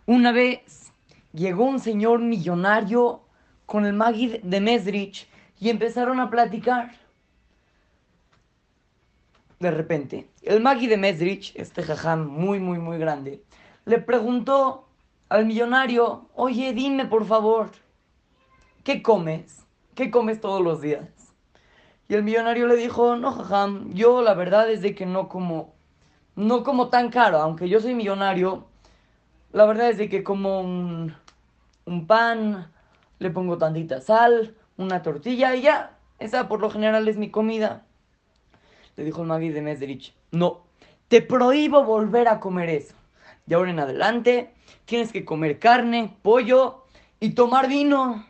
Una vez llegó un señor millonario con el Magid de Mesrich y empezaron a platicar. De repente, el Magid de Mesrich, este jajam muy, muy, muy grande, le preguntó al millonario: oye, dime por favor, ¿qué comes? ¿Qué comes todos los días? Y el millonario le dijo: no, jajam, yo la verdad es de que no como tan caro, aunque yo soy millonario. La verdad es de que como un pan, le pongo tantita sal, una tortilla y ya. Esa por lo general es mi comida. Le dijo el Magui de Mesderich: no, te prohíbo volver a comer eso. De ahora en adelante tienes que comer carne, pollo y tomar vino.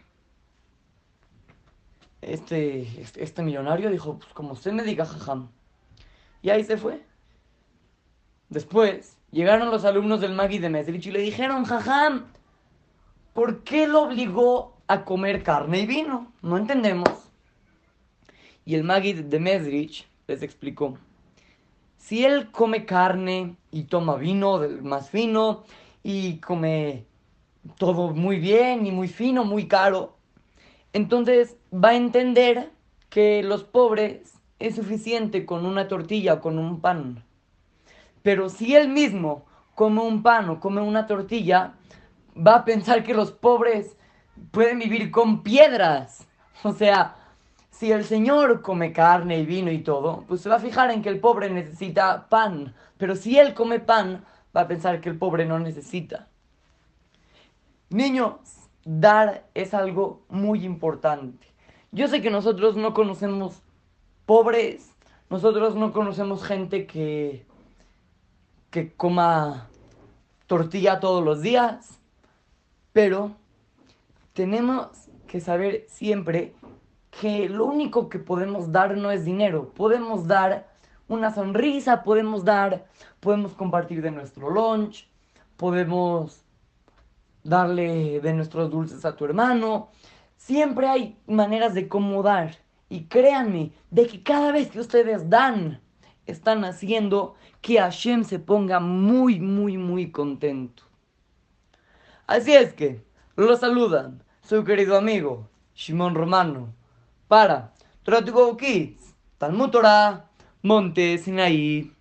Este millonario dijo: pues como usted me diga, jajam. Y ahí se fue. Después llegaron los alumnos del Magui de Mesderich y le dijeron: jajam, ¿por qué lo obligó a comer carne y vino? No entendemos. Y el Magid de Mesrich les explicó: si él come carne y toma vino del más fino y come todo muy bien y muy fino, muy caro, entonces va a entender que los pobres es suficiente con una tortilla o con un pan. Pero si él mismo come un pan o come una tortilla, va a pensar que los pobres pueden vivir con piedras. O sea, si el Señor come carne y vino y todo, pues se va a fijar en que el pobre necesita pan. Pero si él come pan, va a pensar que el pobre no necesita. Niños, dar es algo muy importante. Yo sé que nosotros no conocemos pobres, nosotros no conocemos gente que coma tortilla todos los días, pero tenemos que saber siempre que lo único que podemos dar no es dinero. Podemos dar una sonrisa, podemos compartir de nuestro lunch, podemos darle de nuestros dulces a tu hermano. Siempre hay maneras de cómo dar. Y créanme, de que cada vez que ustedes dan, están haciendo que Hashem se ponga muy, muy, muy contento. Así es que, lo saludan su querido amigo Shimon Romano para Torah to Go Kids, Talmud Torah, Monte Sinaí.